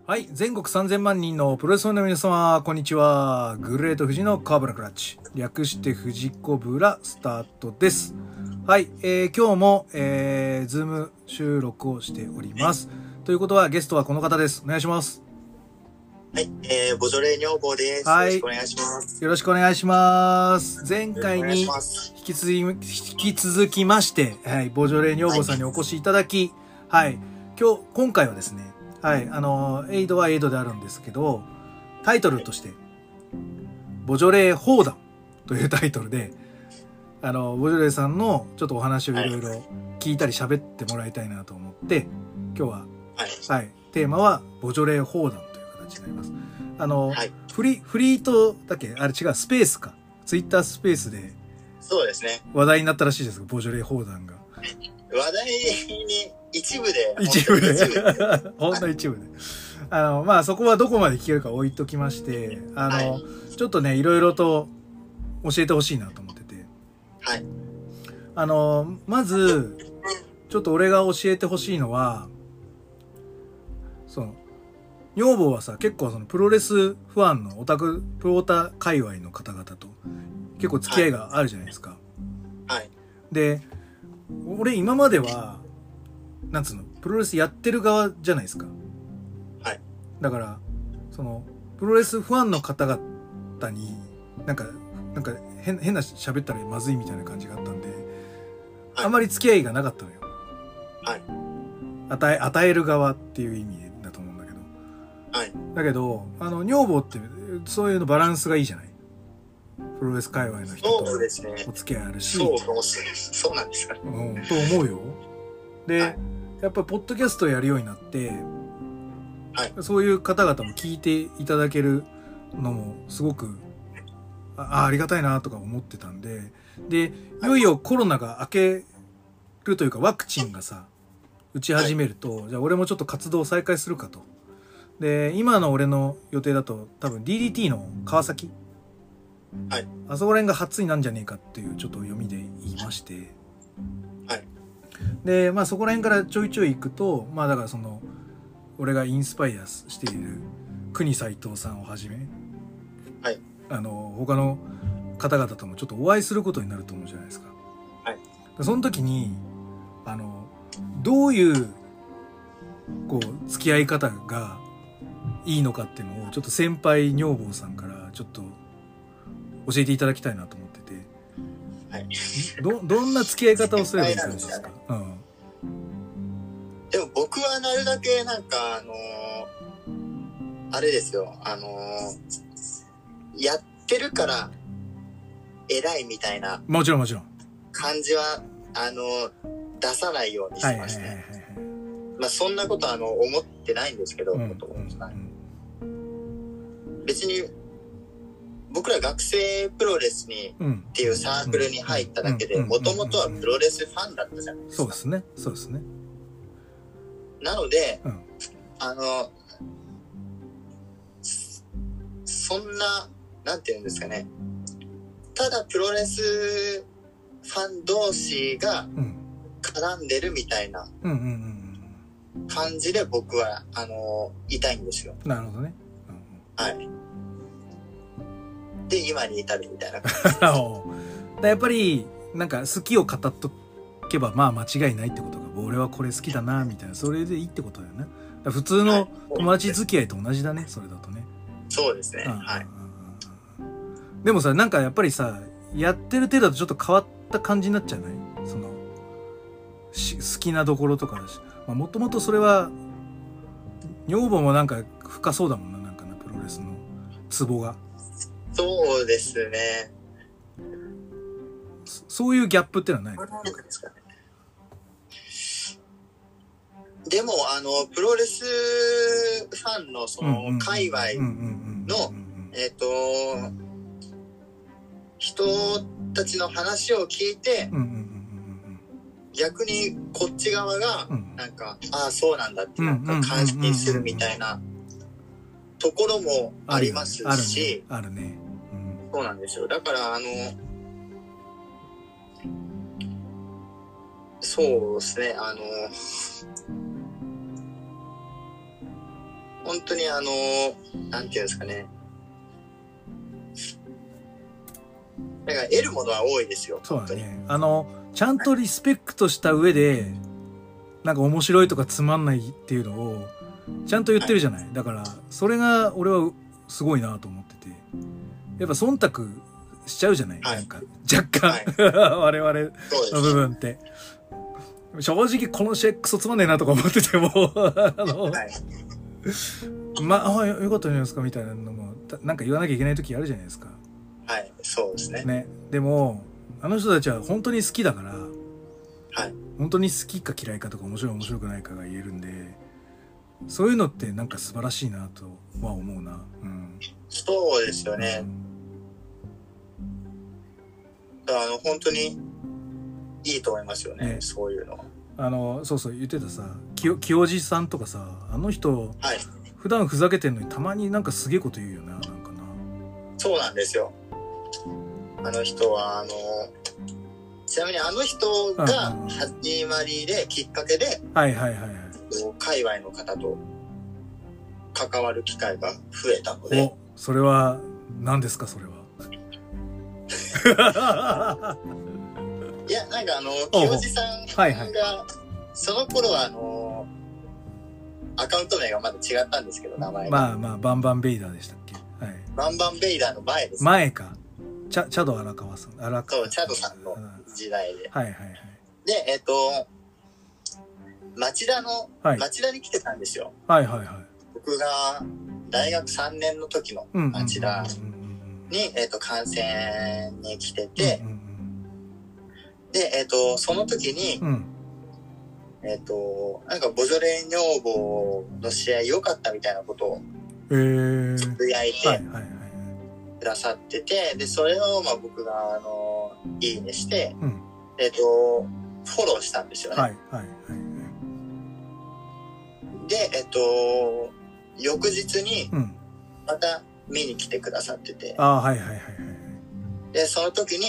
はい。全国3000万人のプロレスファンの皆様、こんにちは。グレート富士のカーブラクラッチ。略して富士コブラスタートです。はい。今日も、ズーム収録をしております。ということは、ゲストはこの方です。お願いします。 はい。ボジョレー女房です。 はい。 よろしくお願いします。 よろしくお願いします。前回に引き続きまして、はい。ボジョレー女房さんにお越しいただき、はい。今回はですね、はい。エイドはエイドであるんですけど、タイトルとして、ボジョレー砲弾というタイトルで、ボジョレーさんのちょっとお話をいろいろ聞いたり喋ってもらいたいなと思って、今日は、はい。テーマは、ボジョレー砲弾という形になります。はい、フリートだっけあれ違う、スペースか。ツイッタースペースで、そうですね。話題になったらしいですが、ボジョレー砲弾が。 話題に一部で。 ほんの一部で。まあ、そこはどこまで聞けるか置いときまして、はい、ちょっとね、いろいろと教えてほしいなと思ってて。 はい。 まず、ちょっと俺が教えてほしいのは、女房はさ、結構そのプロレスファンのプロオタ界隈の方々と結構付き合いがあるじゃないですか。 はい。 で、俺今までは、なんつうの、プロレスやってる側じゃないですか。 はい。 だから、プロレスファンの方々に、なんか変な喋ったらまずいみたいな感じがあったんで、はい、あんまり付き合いがなかったのよ。 はい。 与える側っていう意味だと思うんだけど。 はい。 だけど、女房って、そういうのバランスがいいじゃない。プロレス界隈の人とお付き合いあるし。 そうなんですかね。 うん、と思うよ。で、はい、やっぱりポッドキャストやるようになって、はい、そういう方々も聞いていただけるのもすごくありがたいなとか思ってたんで、で、いよいよコロナが明けるというかワクチンがさ、打ち始めると、はい、じゃあ俺もちょっと活動を再開するかと。で、今の俺の予定だと多分 DDT の川崎、はい、あそこら辺が初になんじゃねえかっていうちょっと読みで言いまして、はい、で、まあそこら辺からちょいちょい行くと、まあだから俺がインスパイアしている国斉藤さんをはじめ、はい、他の方々ともちょっとお会いすることになると思うじゃないですか。はい、その時にどういうこう付き合い方がいいのかっていうのをちょっと先輩女房さんからちょっと教えていただきたいなと思ってて、はい、どんな付き合い方をすればいい感じですか？うん。 でも僕はなるだけなんかあれですよ、やってるから偉いみたいなもちろん感じは出さないようにしてますね。まあそんなことは思ってないんですけど、別に僕ら学生プロレスにっていうサークルに入っただけで、もともとはプロレスファンだったじゃないですか。 そうですね。 なので、そんな、なんていうんですかね、ただプロレスファン同士が絡んでるみたいな感じで僕はいたいんですよ。 なるほどね。 はい。で、今に至るみたいな感じやっぱり、なんか好きを語っとけば、まあ間違いないってことが、俺はこれ好きだな、みたいな、それでいいってことだよね。普通の友達付き合いと同じだね、それだとね。 そうですね。はい。 でもさ、なんかやっぱりさ、やってる程度だとちょっと変わった感じになっちゃうない？好きなところとかだし。まあもともとそれは、女房もなんか深そうだもんな、なんかな、プロレスのツボが。 そうですね。 そういうギャップってのはないの？ でもプロレスファンの界隈の人たちの話を聞いて、逆にこっち側がなんか、ああそうなんだってなんか感心するみたいなところもありますし、 あるね。 そうなんですよ。だからそうですね、 本当になんていうんですかね。だから得るものは多いですよ。 そうだね。ちゃんとリスペクトした上で、なんか面白いとかつまんないっていうのを、ちゃんと言ってるじゃない。だから、それが俺はすごいなと思ってて。やっぱ忖度しちゃうじゃない、なんか、若干、我々の部分って。正直この試合クソつまんねえなとか思ってても、まあ、よかったじゃないですかみたいなのも、なんか言わなきゃいけない時あるじゃないですか。 はい、そうですね。 ね。でも、あの人たちは本当に好きだから、 はい。 本当に好きか嫌いかとか面白くないかが言えるんで、そういうのってなんか素晴らしいなとは思うな。うん。 そうですよね。本当にいいと思いますよね、そういうのは。 そうそう言ってたさ、清治さんとかさ、あの人、 はい、 普段ふざけてんのにたまになんかすげえこと言うよな、なんかな。 そうなんですよ。あの人はちなみにあの人が始まりできっかけで、 はいはいはいはい。 界隈の方と関わる機会が増えたので。 それは何ですかそれは。 いやなんか清治さんが、 はいはい、 その頃はアカウント名がまだ違ったんですけど名前がまあバンバンベイダーでしたっけ。はい。 バンバンベイダーの前です、 ね。前か。チャド荒川さん。 そうチャドさんの時代で。 はいはいはい。 で町田に来てたんですよ。 はいはいはい。 僕が大学3年の時の町田に観戦に来てて、でその時に、なんかボジョレ・ヌオーボの試合良かったみたいなことをつぶやいてくださってて、でそれをまあ僕がいいねして、フォローしたんですよね。はいはいはい。で翌日にまた見に来てくださってて、 はいはいはいはい。 でその時に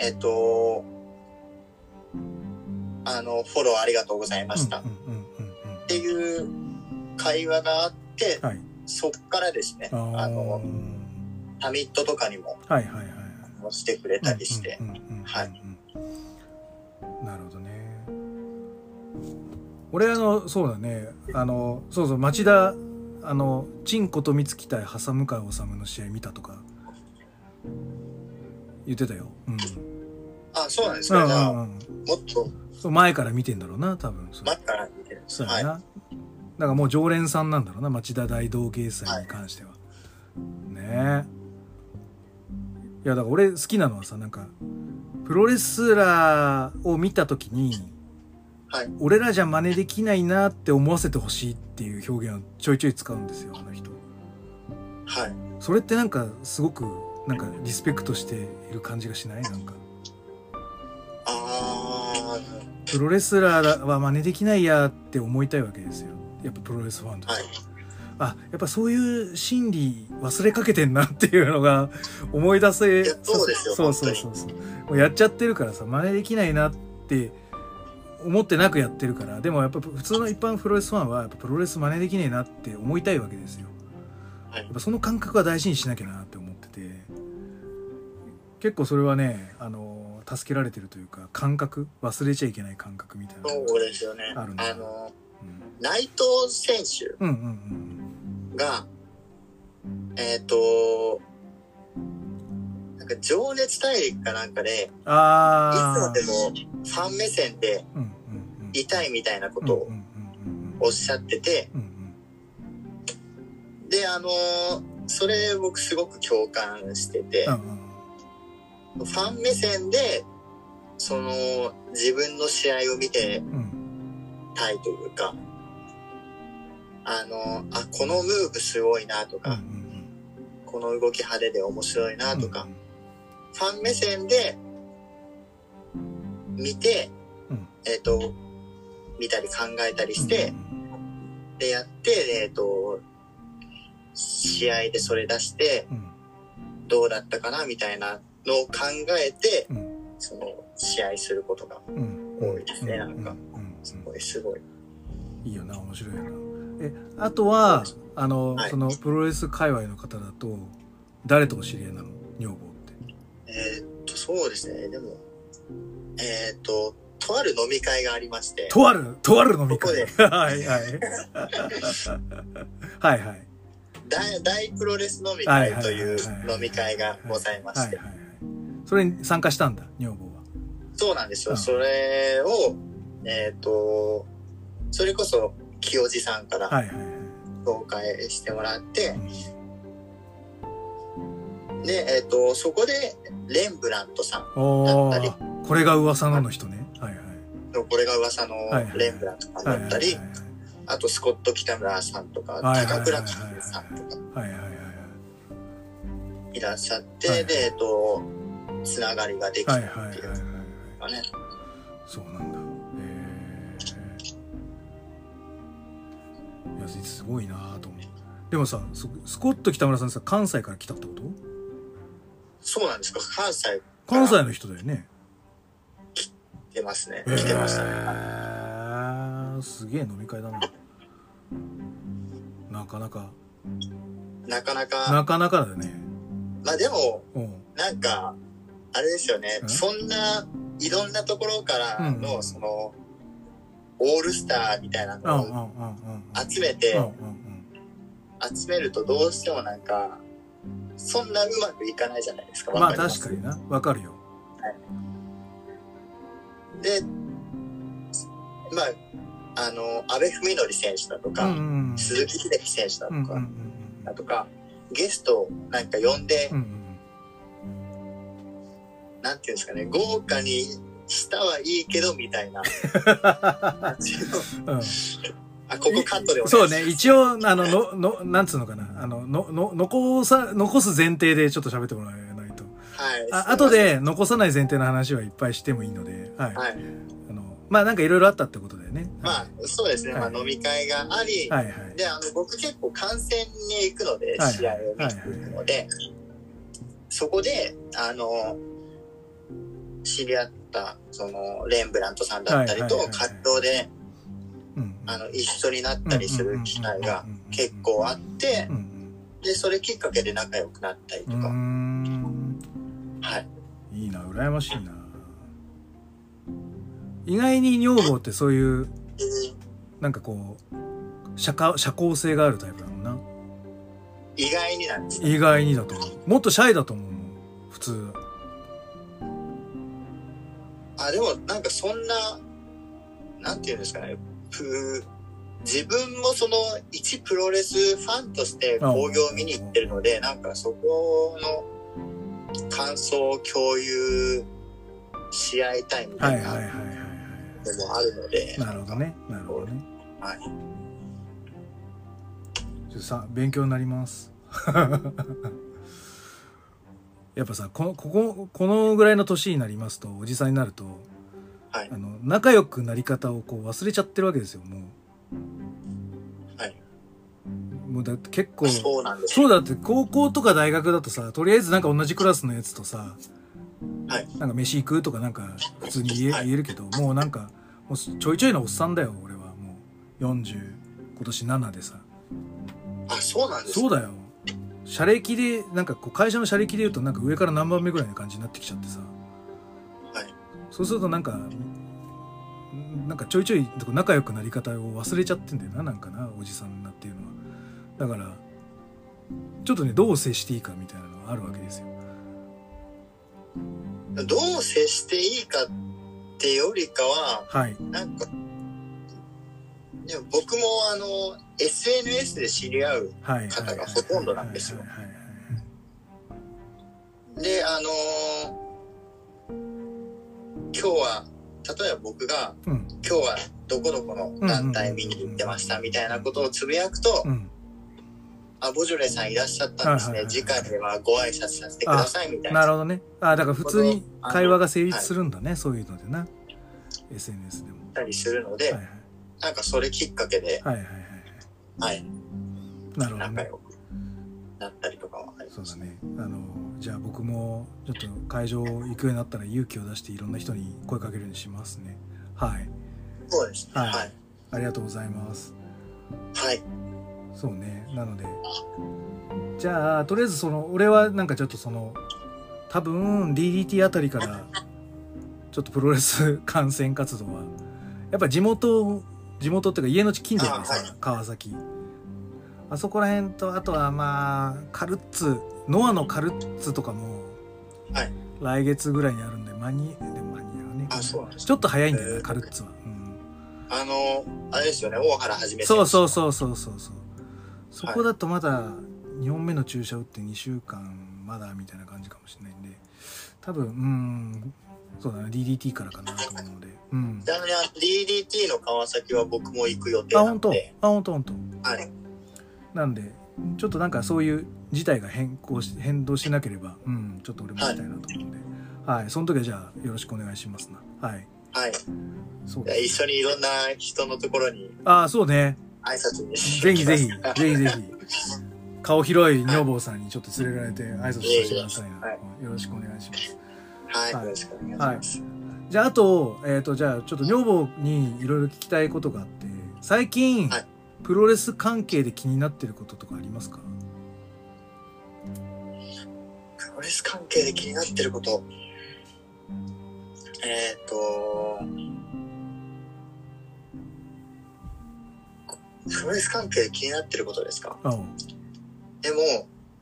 フォローありがとうございましたっていう会話があって、はい、そっからですねタミットとかにもしてくれたりして、はい。 なるほどね。俺そうだね、そうそう町田陳琴光対挟向井治の試合見たとか言ってたよ。うん。 あ、そうなんですか。じゃあもっと前から見てんだろうな、多分。 前から見てる。 そうやな。だからもう常連さんなんだろうな、町田大道芸祭に関しては。ねえ。いやだから俺好きなのはさ、なんかプロレスラーを見た時に、 はい、 俺らじゃ真似できないなって思わせてほしいっていう表現をちょいちょい使うんですよ、あの人。 はい。 それってなんかすごくなんかリスペクトしている感じがしない？なんか。プロレスラーは真似できないやって思いたいわけですよ。やっぱプロレスファンとしては。はい、やっぱそういう心理忘れかけてんなっていうのが思い出せ。 そうですよ。 そうそうそうそう。もうやっちゃってるからさ、真似できないなって思ってなくやってるから。でもやっぱ普通の一般プロレスファンはやっぱプロレス真似できねえなって思いたいわけですよ。やっぱその感覚は大事にしなきゃなって思ってて、結構それはね、助けられてるというか、感覚、忘れちゃいけない感覚みたいな。 そうですよね。 あるね。 内藤選手が、なんか情熱大陸かなんかで、いつまでもファン目線でいたいみたいなことをおっしゃってて、で、それ僕すごく共感してて、ファン目線で自分の試合を見てたいというか、このムーブすごいなとか、この動き派手で面白いなとか、ファン目線で見て、見たり考えたりして、でやって、試合でそれ出して、どうだったかなみたいなのを考えて、試合することが多いですね。なんかすごいいいよな、面白いよな。 あとは、 はい、 そのプロレス界隈の方だと、誰とお知り合いなの？女房って。 そうですね。でも、とある飲み会がありまして。 とある飲み会。はいはい。はいはい。 大プロレス飲み会という飲み会がございまして。 それに参加したんだ、女房は。 そうなんですよ。それを、それこそ、清治さんから紹介してもらって、で、そこで、レンブラントさんだったり。 これが噂の人ね。はいはい。 これが噂のレンブラントさんだったり、あとスコット北村さんとか、高倉健さんとか、いらっしゃって、で、つながりができたっていうかね。 そうなんだ。いや、すごいなと思う。でもさ、スコット北村さんさ、関西から来たってこと？ そうなんですか。 関西の人だよね。 来てますね。来てましたね。 すげえ飲み会だな。なかなかだよね。 まあでも、なんか、あれですよね。そんないろんなところからの、その、オールスターみたいなのを集めるとどうしてもなんか、そんなうまくいかないじゃないですか。 まあ確かにな。わかるよ。 はい、で、まあ、阿部文則選手だとか、鈴木秀樹選手だとか、ゲストをなんか呼んで、なんていうんですかね、豪華にしたはいいけど、みたいな。ここカットでお願いします。 そうね、一応、なんつうのかな、残す前提でちょっと喋ってもらえないと。はい。後で残さない前提の話はいっぱいしてもいいので、はい。はい。まあなんかいろいろあったってことだよね。 まあ、そうですね。まあ飲み会があり、はいはい。で、僕結構観戦に行くので、試合を見に行くので、そこで、知り合った、その、レンブラントさんだったりと、活動で、一緒になったりする機会が結構あって、で、それきっかけで仲良くなったりとか。はい。 いいな、羨ましいな。意外に女房ってそういう、なんかこう、社交性があるタイプだもんな。 意外になんですね。意外にだと思う。もっとシャイだと思うもん、普通。 でもなんかそんな、なんていうんですかね、自分もその一プロレスファンとして興行を見に行ってるので、なんかそこの感想を共有し合いたいみたいなのもあるので。 なるほどね。なるほどね。 はい。 ちょっとさ、勉強になります。やっぱさ、このぐらいの年になりますと、おじさんになると、はい、仲良くなり方をこう忘れちゃってるわけですよ、もう。 はい。 もうだって結構、 そうなんです。 そうだって、高校とか大学だとさ、とりあえずなんか同じクラスのやつとさ、 はい。 なんか飯行くとかなんか普通に言えるけど、もうなんか、もうちょいちょいのおっさんだよ、俺は。もう、今年7でさ。 そうなんですか？ そうだよ。社歴で、なんかこう会社の社歴で言うとなんか上から何番目ぐらいな感じになってきちゃってさ。 はい。 そうするとなんかちょいちょい仲良くなり方を忘れちゃってんだよな、なんかな、おじさんになっていうのは。だから、ちょっとね、どう接していいかみたいなのがあるわけですよ。 どう接していいかってよりかは、 はい。なんか、 でも僕もSNS で知り合う方がほとんどなんですよ。で、今日は、例えば僕が、今日はどこどこの団体見に行ってましたみたいなことをつぶやくと、ボジョレさんいらっしゃったんですね。次回ではご挨拶させてくださいみたいな。 なるほどね。だから普通に会話が成立するんだね、そういうのでな。SNS でも。 たりするので、なんかそれきっかけで、はい。 なるほど、ね。 仲良くなったりとかはあります。 そうだね。じゃあ僕もちょっと会場行くようになったら勇気を出していろんな人に声かけるようにしますね。はい。 そうですね。 はい。ありがとうございます。 はい。 そうね。なので、じゃあとりあえず俺はなんかちょっと多分 DDT あたりからちょっとプロレス観戦活動はやっぱ地元っていうか家の近所でさ、はい、川崎あそこら辺と、あとはまあカルッツ、ノアのカルッツとかも来月ぐらいにあるんで間に合うね。 あ、そうなんです。 ちょっと早いんだよね、カルッツは。うん、 あれですよね、大原はじめ。 そう。そこだとまだ2本目の注射打って2週間まだみたいな感じかもしれないんで、多分そうだね、DDT からかなと思うので。うん。 ちなみにDDT の川崎は僕も行く予定なんで。 本当。 はい。 なんでちょっとなんかそういう事態が変動しなければ、ちょっと俺も行きたいなと思うんで、はい、その時はじゃあよろしくお願いしますな。はい。 はい。そうです。一緒にいろんな人のところに。 そうね。 挨拶に。 ぜひ。顔広い女房さんにちょっと連れられて挨拶してくださいな。よろしくお願いします。 はい。よろしくお願いします。 じゃああとじゃあちょっと女房にいろいろ聞きたいことがあって、最近、プロレス関係で気になってることとかありますか？ プロレス関係で気になってること。プロレス関係で気になってることですか？でも、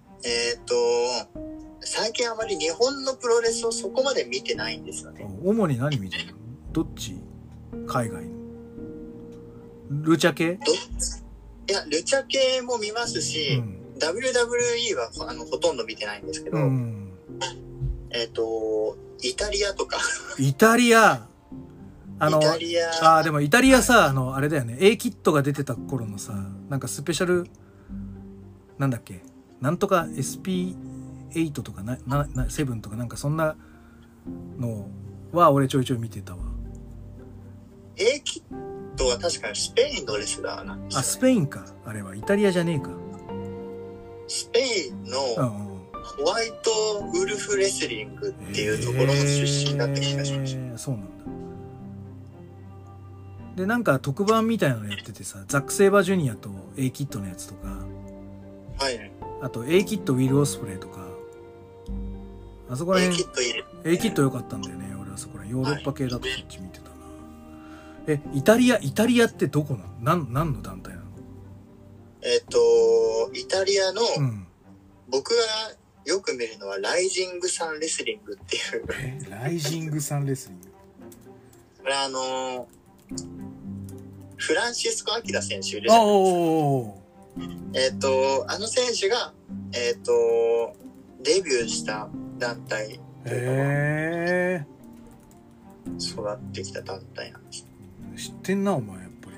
最近あまり日本のプロレスをそこまで見てないんですよね。 主に何見てるの？どっち？海外の？ルチャ系？ いや、ルチャ系も見ますし、WWE はほとんど見てないんですけど、イタリアとか。 イタリアでもイタリアさ、あれだよね、A キットが出てた頃のさ、なんかスペシャル、なんだっけ、なんとか SP8 とか7とかなんかそんなのは俺ちょいちょい見てたわ。 A キットは確かにスペインのレスラーなんですよ、ね。 スペインか。あれはイタリアじゃねえか。 スペインのホワイトウルフレスリングっていうところの出身だった気がしました。 そうなんだ。でなんか特番みたいなのやっててさ、ザック・セイバージュニアと A キットのやつとか、 はい、あと A キットウィル・オスプレイとか、あそこら辺 A キット良かったんだよね。俺はそこらヨーロッパ系だとそっち見てたな。イタリアってどこなの？何の団体なの？ イタリアの、僕がよく見るのはライジングサンレスリングっていう。 ライジングサンレスリング。 これフランシスコ・アキラ選手いるじゃないですか。あの選手が、デビューした団体育ってきた団体なんです。 知ってんなお前やっぱ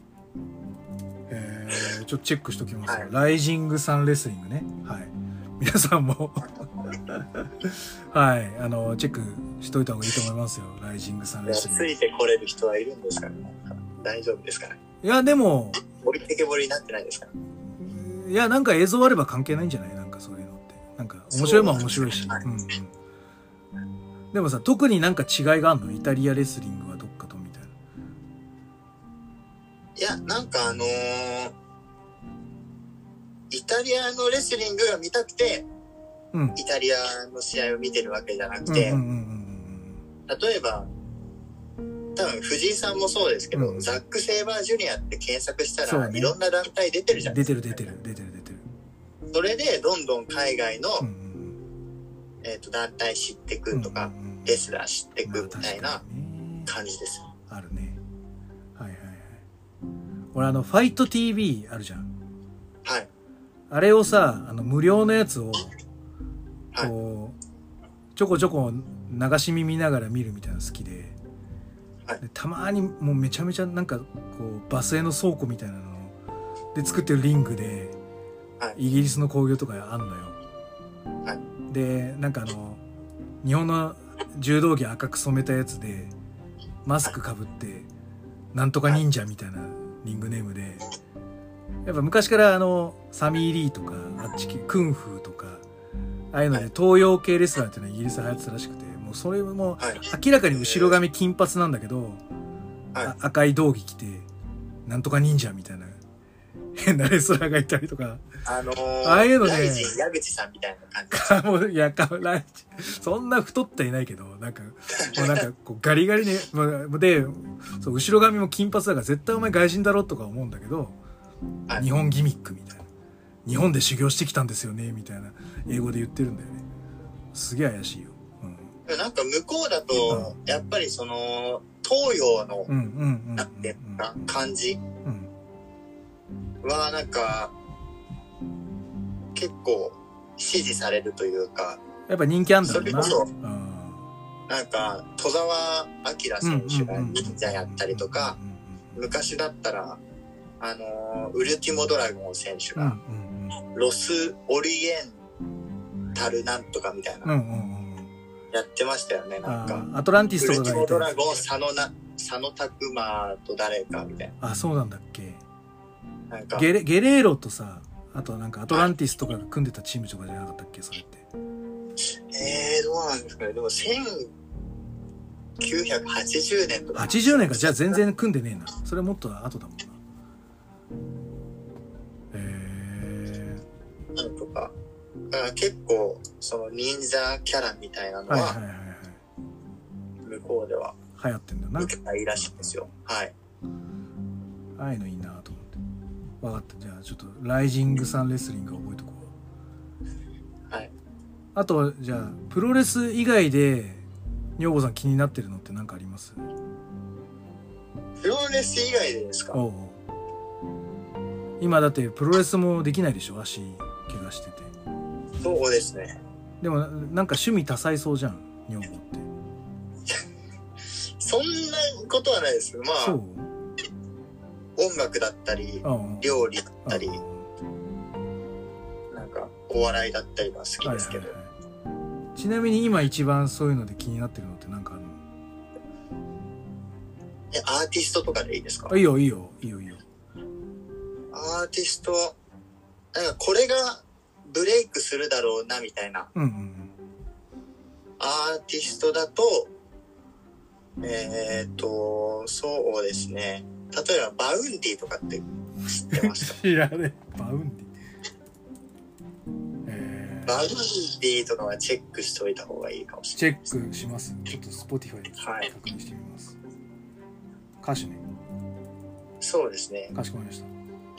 り。ちょっとチェックしときますよ。ライジングサンレスリングね。はい。皆さんもはい、チェックしといた方がいいと思いますよ。ライジングサンレスリング。 ついてこれる人はいるんですかね。大丈夫ですかね。 いやでも置いてけぼりになってないですか？ いやなんか映像あれば関係ないんじゃない？なんかそういうのってなんか面白いもん面白いし、でもさ、特になんか違いがあんの？イタリアレスリングはどっかとみたいな。 いやなんかイタリアのレスリングが見たくて、イタリアの試合を見てるわけじゃなくて、例えば多分藤井さんもそうですけど、ザック・セイバージュニアって検索したら、いろんな団体出てるじゃないですか。出てる。 それでどんどん海外の、団体知ってくとか、レスラー知ってくみたいな感じです。 あるね。はい。俺ファイト TV あるじゃん。 はい。 あれをさ、無料のやつをこうちょこちょこ流し見ながら見るみたいなの好きで。でたまにもうめちゃめちゃなんかこうバスへの倉庫みたいなので作ってるリングで、イギリスの興行とかあんのよ。でなんか日本の柔道着赤く染めたやつでマスクかぶってなんとか忍者みたいなリングネームで、やっぱ昔からサミー・リーとかあっち系クンフーとかああいうので東洋系レスラーっていうのはイギリスで流行ってたらしくて、それも明らかに後ろ髪金髪なんだけど、赤い道着着てなんとか忍者みたいな変なレスラーがいたりとか。ああいうのね。ライジン矢口さんみたいな感じ。 もう、いや、ライジン、そんな太っていないけど、なんか、もうなんか、こう、ガリガリね、で、そう、後ろ髪も金髪だから絶対お前外人だろとか思うんだけど、はい、日本ギミックみたいな。日本で修行してきたんですよね、みたいな英語で言ってるんだよね。すげえ怪しいよ。 うん、なんか向こうだと、やっぱりその、東洋の、なんていうか、感じは、なんか、結構支持されるというか。 やっぱ人気あんだろうな。 それこそ、なんか、戸沢明選手が忍者やったりとか、昔だったら、ウルティモドラゴン選手が、ロスオリエンタルなんとかみたいな、やってましたよね、なんか。 アトランティスとかがいて。ウルティモドラゴン、佐野拓磨と誰かみたいな。 あ、そうなんだっけ。なんかゲレーロとさ、あとなんかアトランティスとかが組んでたチームとかじゃなかったっけ、それって。 どうなんですかね。でも1980年とか。 80年か。じゃあ全然組んでねえな。それもっと後だもんな。 なんとか。だから結構、その忍者キャラみたいなのは、向こうでは流行ってんだな。 受けたいらしいんですよ。はい。 ああいうのいいなと思って。分かった。じゃあちょっとライジングさんレスリング覚えとこう。はい。 あとじゃあプロレス以外で女房さん気になってるのって何かあります？ プロレス以外でですか？ おう。今だってプロレスもできないでしょ、足怪我してて。 そうですね。 でもなんか趣味多彩そうじゃん、女房って。 そんなことはないです。まあ。そう。音楽だったり、料理だったり、なんかお笑いだったりは好きですけど、 ちなみに今一番そういうので気になってるのって何かあるの？ アーティストとかでいいですか？ いいよいいよ。 アーティスト、なんかこれがブレイクするだろうなみたいな、アーティストだと、そうですね。例えばバウンディとかって知ってますか？ 知らねえ。バウンディ。バウンディとかはチェックしておいた方がいいかもしれない。 チェックします。ちょっと Spotify で確認してみます。歌手ね。 そうですね。 かしこまりました。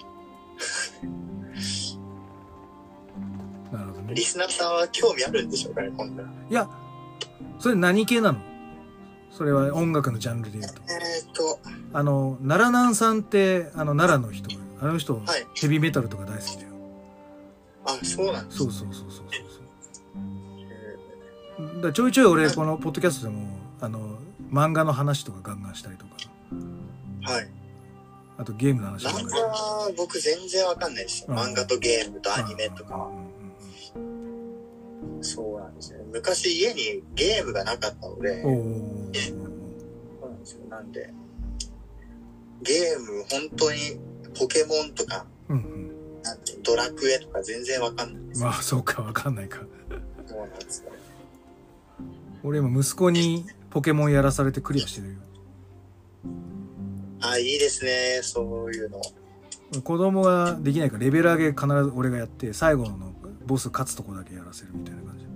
なるほどね。 リスナーさんは興味あるんでしょうかね、こんな。 いや、それ何系なの？それは音楽のジャンルで言うと。奈良南さんって、奈良の人、あの人、ヘビーメタルとか大好きだよ。 あ、そうなんですか。 そう。だちょいちょい俺、このポッドキャストでも、漫画の話とかガンガンしたりとか。 はい。 あとゲームの話とか。 漫画は僕全然わかんないです。漫画とゲームとアニメとか。そうなんですね。昔家にゲームがなかったので、そうなんですよ。なんで、ゲーム本当にポケモンとか、なんてドラクエとか全然わかんないです。 まあそうか、わかんないか。 そうなんですね。 俺今息子にポケモンやらされてクリアしてるよ。 あ、いいですね、そういうの。 子供ができないからレベル上げ必ず俺がやって、最後のボス勝つとこだけやらせるみたいな感じ。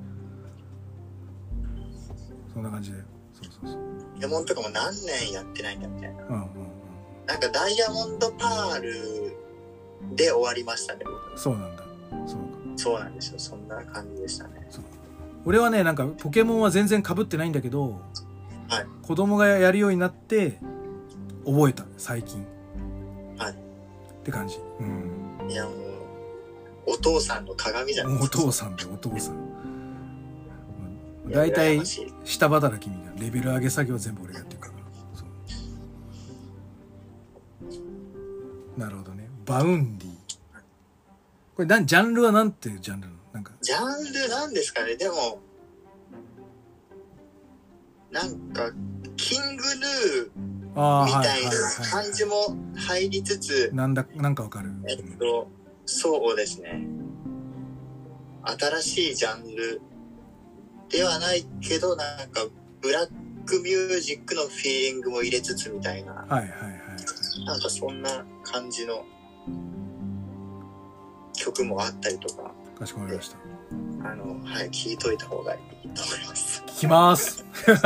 そんな感じで。そう。 ポケモンとかも何年やってないんだみたいな。なんかダイヤモンドパールで終わりましたね、僕。 そうなんだ。 そうなんですよ。そんな感じでしたね。 俺はね、なんかポケモンは全然被ってないんだけど、 はい、 子供がやるようになって覚えた、最近。 はい。 って感じ。 いやもうお父さんの鏡じゃないですか。 お父さん。だいたい下働きみたいなレベル上げ作業は全部俺がやってるから。なるほどね。バウンディ。これジャンルはなんていうジャンルなの？なんかジャンルなんですかね。でもなんかキングヌーみたいな感じも入りつつ、 なんかわかる。 そうですね。新しいジャンルではないけど、なんかブラックミュージックのフィーリングも入れつつみたいな。なんかそんな感じの曲もあったりとか。 かしこまりました。 はい、聞いといた方がいいと思います。 聞きます。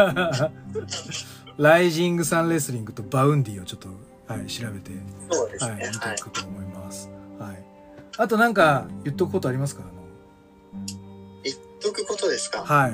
ライジングサンレスリングとバウンディをちょっと、はい、調べて、 そうですね。 はい、見ていくと思います。はい。あとなんか言っとくことありますか？ 言っとくことですか？ はい。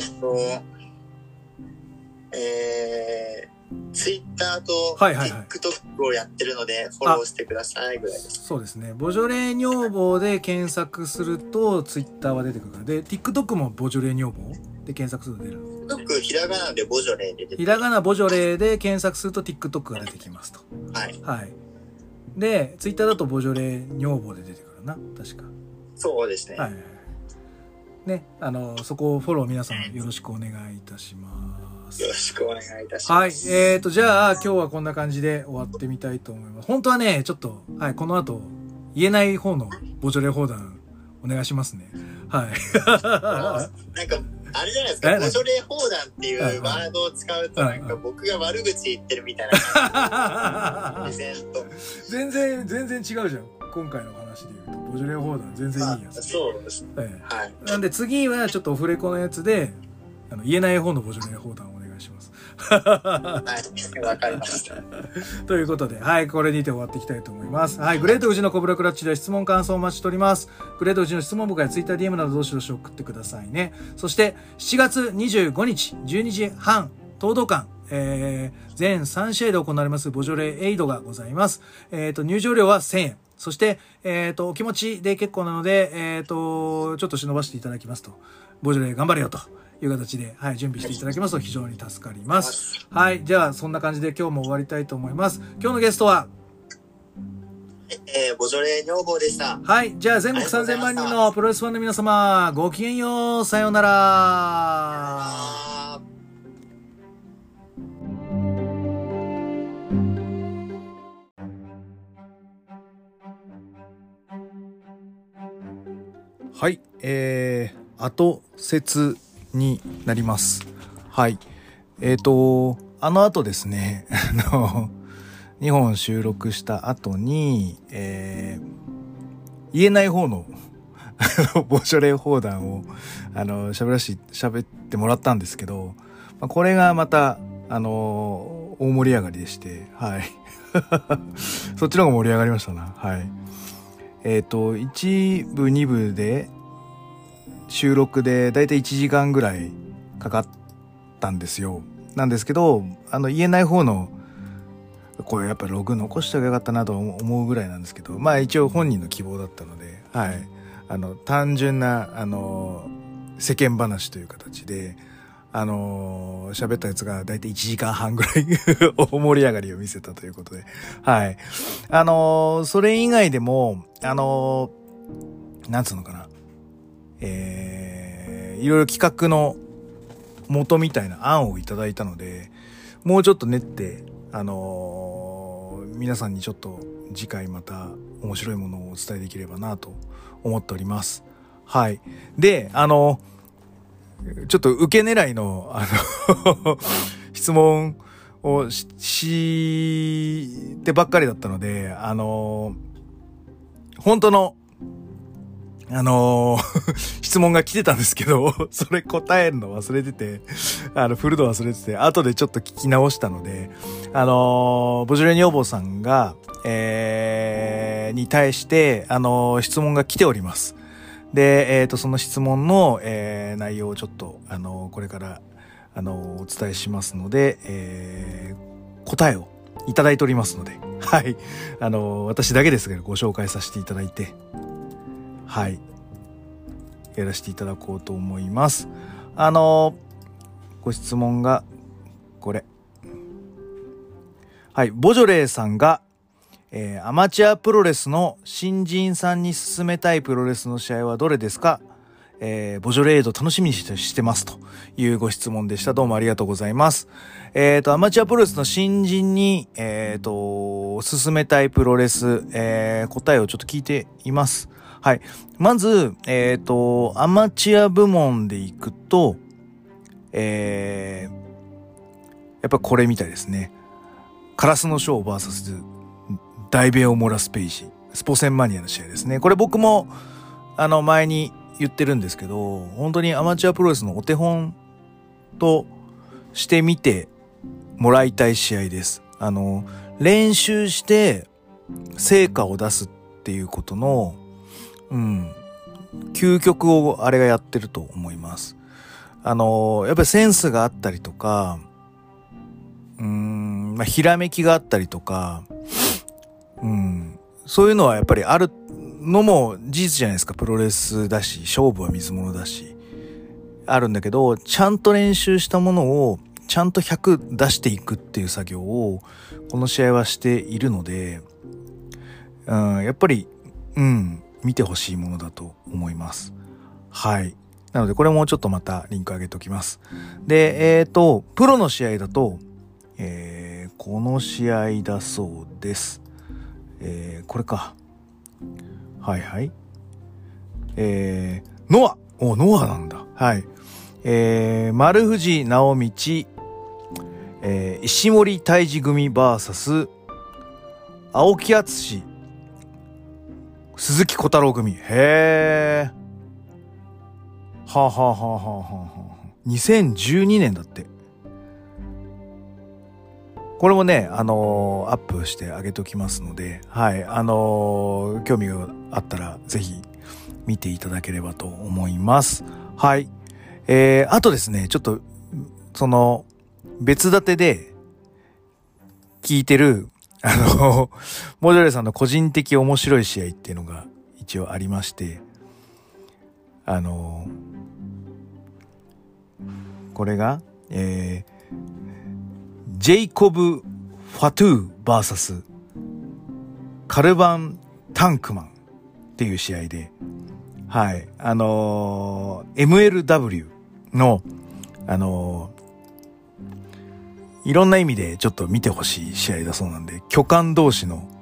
ツイッターと TikTok をやってるのでフォローしてくださいぐらいです。 そうですね。ボジョレー女房で検索するとツイッターは出てくるから。で、TikTok もボジョレー女房で検索すると出る。 TikTok ひらがなでボジョレーで出てくる。 ひらがなボジョレーで検索すると TikTok が出てきますと。 はい。 はい。で、ツイッターだとボジョレー女房で出てくるな。確か。 そうですね。 はい。ね、そこをフォロー皆さんよろしくお願いいたします。 よろしくお願いいたします。 はい。じゃあ今日はこんな感じで終わってみたいと思います。本当はね、ちょっと、はい、この後、言えない方のボジョレー砲弾お願いしますね。はい。 なんか、あれじゃないですか、ボジョレー砲弾っていうワードを使うと、なんか僕が悪口言ってるみたいな感じ。 全然違うじゃん。今回の話で言うと、ボジョレー砲弾全然いいやつ。 そうですね。はい。 なんで次はちょっとオフレコのやつで、言えない方のボジョレー砲弾お願いします。 はい、わかりました。 ということで、はい、これにて終わっていきたいと思います。はい、グレート富士のコブラクラッチでは質問感想をお待ちしております。グレート富士の質問僕や TwitterDM などどしどし送ってくださいね。そして7月25日12時半東道館、全3試合で行われますボジョレーエイドがございます。入場料は1000円。そして、お気持ちで結構なので、ちょっと忍ばせていただきますと。ボジョレー頑張れよという形で、はい、準備していただきますと非常に助かります。はい、じゃあそんな感じで今日も終わりたいと思います。今日のゲストは、 ボジョレー女房でした。 はい、じゃあ全国3000万人のプロレスファンの皆様、ごきげんよう、さようなら。はい、後説になります。はい。あの後ですね、2本収録した後に、言えない方のボジョレー砲弾を、喋ってもらったんですけど、これがまた、大盛り上がりでして、はい。そっちの方が盛り上がりましたな。はい。1部2部で収録でだいたい1時間ぐらいかかったんですよ。なんですけど、言えない方のこれやっぱログ残しておけばよかったなと思うぐらいなんですけど、まあ一応本人の希望だったので、はい。単純な世間話という形で喋ったやつがだいたい1時間半ぐらい大盛り上がりを見せたということで、はい。それ以外でもなんつうのかな、いろいろ企画の元みたいな案をいただいたので、もうちょっと練って皆さんにちょっと次回また面白いものをお伝えできればなと思っております。はい。で、ちょっと受け狙いの、質問をしてばっかりだったので、本当の、質問が来てたんですけど、それ答えるの忘れてて、振るの忘れてて、後でちょっと聞き直したので、ボジョレー女房さんが、に対して、質問が来ております。で、その質問の、内容をちょっと、これから、お伝えしますので、答えをいただいておりますので、はい。私だけですがご紹介させていただいて、はい。やらせていただこうと思います。ご質問が、これ。はい。ボジョレーさんが、アマチュアプロレスの新人さんに進めたいプロレスの試合はどれですか？ボジョレード楽しみにしてますというご質問でした。どうもありがとうございます。アマチュアプロレスの新人に、進めたいプロレス、答えをちょっと聞いています。はい。まず、アマチュア部門でいくと、やっぱこれみたいですね。カラスのショー VS 大ベオモラスペイジ。 スポセンマニアの試合ですね。これ僕も、前に言ってるんですけど、本当にアマチュアプロレスのお手本として見てもらいたい試合です。練習して成果を出すっていうことの、究極をあれがやってると思います。やっぱりセンスがあったりとか、ひらめきがあったりとか、そういうのはやっぱりあるのも事実じゃないですか。プロレスだし、勝負は水物だし、あるんだけど、ちゃんと練習したものをちゃんと100出していくっていう作業をこの試合はしているので、やっぱり、見てほしいものだと思います。はい。なのでこれもちょっとまたリンク上げておきます。で、プロの試合だと、この試合だそうです。これか。はいはい。ノアなんだ。はい。丸藤直道、石森泰治組 VS 青木敦鈴木小太郎組。へー。はあ、はあはあはあはあ、2012年だって。これもね、アップしてあげときますので、はい、興味があったらぜひ見ていただければと思います。はい。あとですね、ちょっと、別立てで聞いてる、モジョレさんの個人的面白い試合っていうのが一応ありまして、これが、ジェイコブ・ファトゥー VS カルバン・タンクマンっていう試合で、はい、MLW の、いろんな意味でちょっと見てほしい試合だそうなんで、巨漢同士の、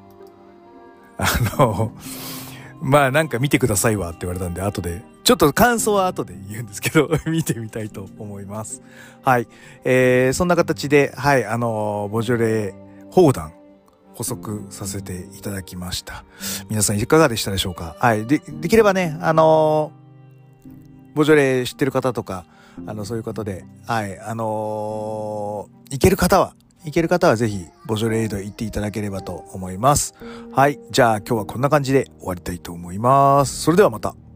まあなんか見てくださいわって言われたんで、後で、ちょっと感想は後で言うんですけど、見てみたいと思います。はい。そんな形で、はい、ボジョレー砲弾、補足させていただきました。皆さんいかがでしたでしょうか？はい。できればね、ボジョレー知ってる方とか、そういうことで、はい、行ける方はぜひ、ボジョレードへ行っていただければと思います。はい。じゃあ今日はこんな感じで終わりたいと思います。それではまた。